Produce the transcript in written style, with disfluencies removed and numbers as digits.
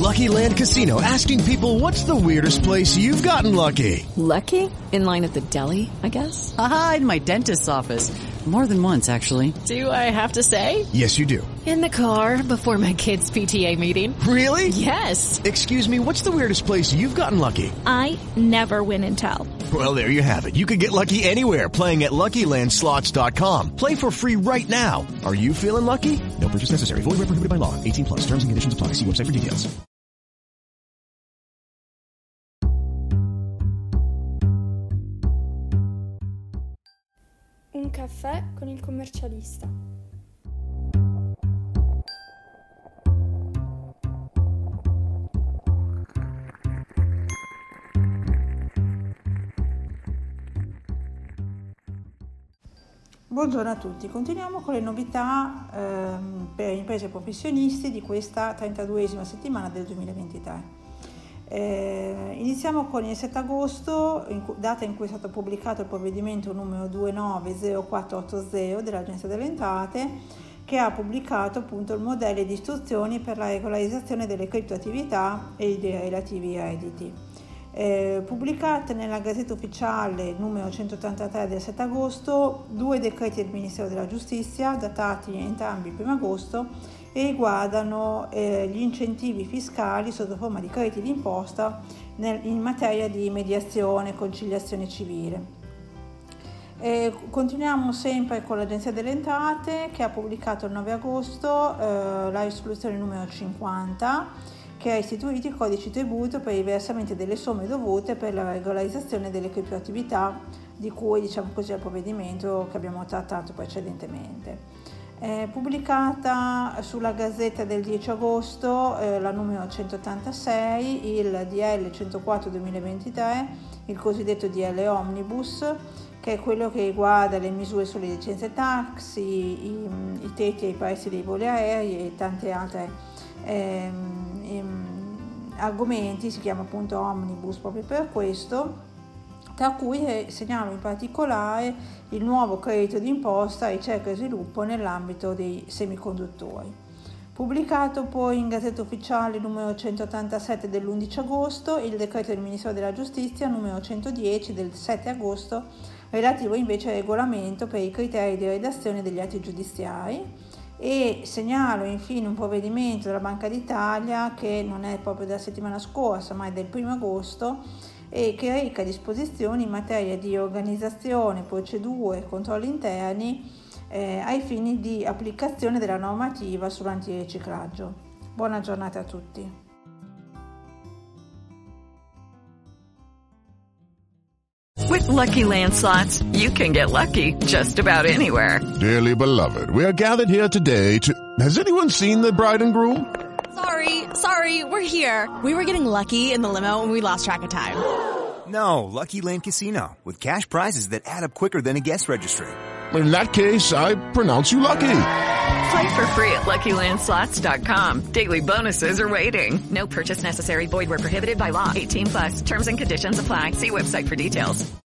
Lucky Land Casino, asking people, what's the weirdest place you've gotten lucky? Lucky? In line at the deli, I guess? Aha, in my dentist's office. More than once, actually. Do I have to say? Yes, you do. In the car before my kids' PTA meeting. Really? Yes. Excuse me, what's the weirdest place you've gotten lucky? I never win and tell. Well, there you have it. You can get lucky anywhere, playing at LuckyLandSlots.com. Play for free right now. Are you feeling lucky? No purchase necessary. Void where prohibited by law. 18 plus. Terms and conditions apply. See website for details. Un caffè con il commercialista. Buongiorno a tutti, continuiamo con le novità per imprese e professionisti di questa 32esima settimana del 2023. Iniziamo con il 7 agosto, data in cui è stato pubblicato il provvedimento numero 290480 dell'Agenzia delle Entrate, che ha pubblicato appunto il modello di istruzioni per la regolarizzazione delle criptoattività e i relativi redditi. Pubblicate nella Gazzetta Ufficiale numero 183 del 7 agosto 2 decreti del Ministero della Giustizia, datati entrambi il 1 agosto, e riguardano gli incentivi fiscali sotto forma di crediti d'imposta in materia di mediazione e conciliazione civile. Continuiamo sempre con l'Agenzia delle Entrate, che ha pubblicato il 9 agosto la risoluzione numero 50, che ha istituito il codice tributo per i versamenti delle somme dovute per la regolarizzazione delle criptoattività, di cui diciamo così al provvedimento che abbiamo trattato precedentemente. Pubblicata sulla Gazzetta del 10 agosto la numero 186, il DL 104 2023, il cosiddetto DL Omnibus, che è quello che riguarda le misure sulle licenze taxi, i tetti e i prezzi dei voli aerei e tante altre argomenti. Si chiama appunto Omnibus proprio per questo, tra cui segnalo in particolare il nuovo credito d'imposta ricerca e sviluppo nell'ambito dei semiconduttori. Pubblicato poi in Gazzetta Ufficiale numero 187 dell'11 agosto il decreto del Ministero della Giustizia numero 110 del 7 agosto, relativo invece al regolamento per i criteri di redazione degli atti giudiziari. E segnalo infine un provvedimento della Banca d'Italia che non è proprio della settimana scorsa ma è del 1 agosto e che reca disposizioni in materia di organizzazione, procedure e controlli interni ai fini di applicazione della normativa sull'antiriciclaggio. Buona giornata a tutti. With Lucky Land Slots, you can get lucky just about anywhere. Dearly beloved, we are gathered here today to... Has anyone seen the bride and groom? Sorry, we're here. We were getting lucky in the limo and we lost track of time. No, Lucky Land Casino, with cash prizes that add up quicker than a guest registry. In that case, I pronounce you lucky. Play for free at LuckyLandSlots.com. Daily bonuses are waiting. No purchase necessary. Void where prohibited by law. 18 plus. Terms and conditions apply. See website for details.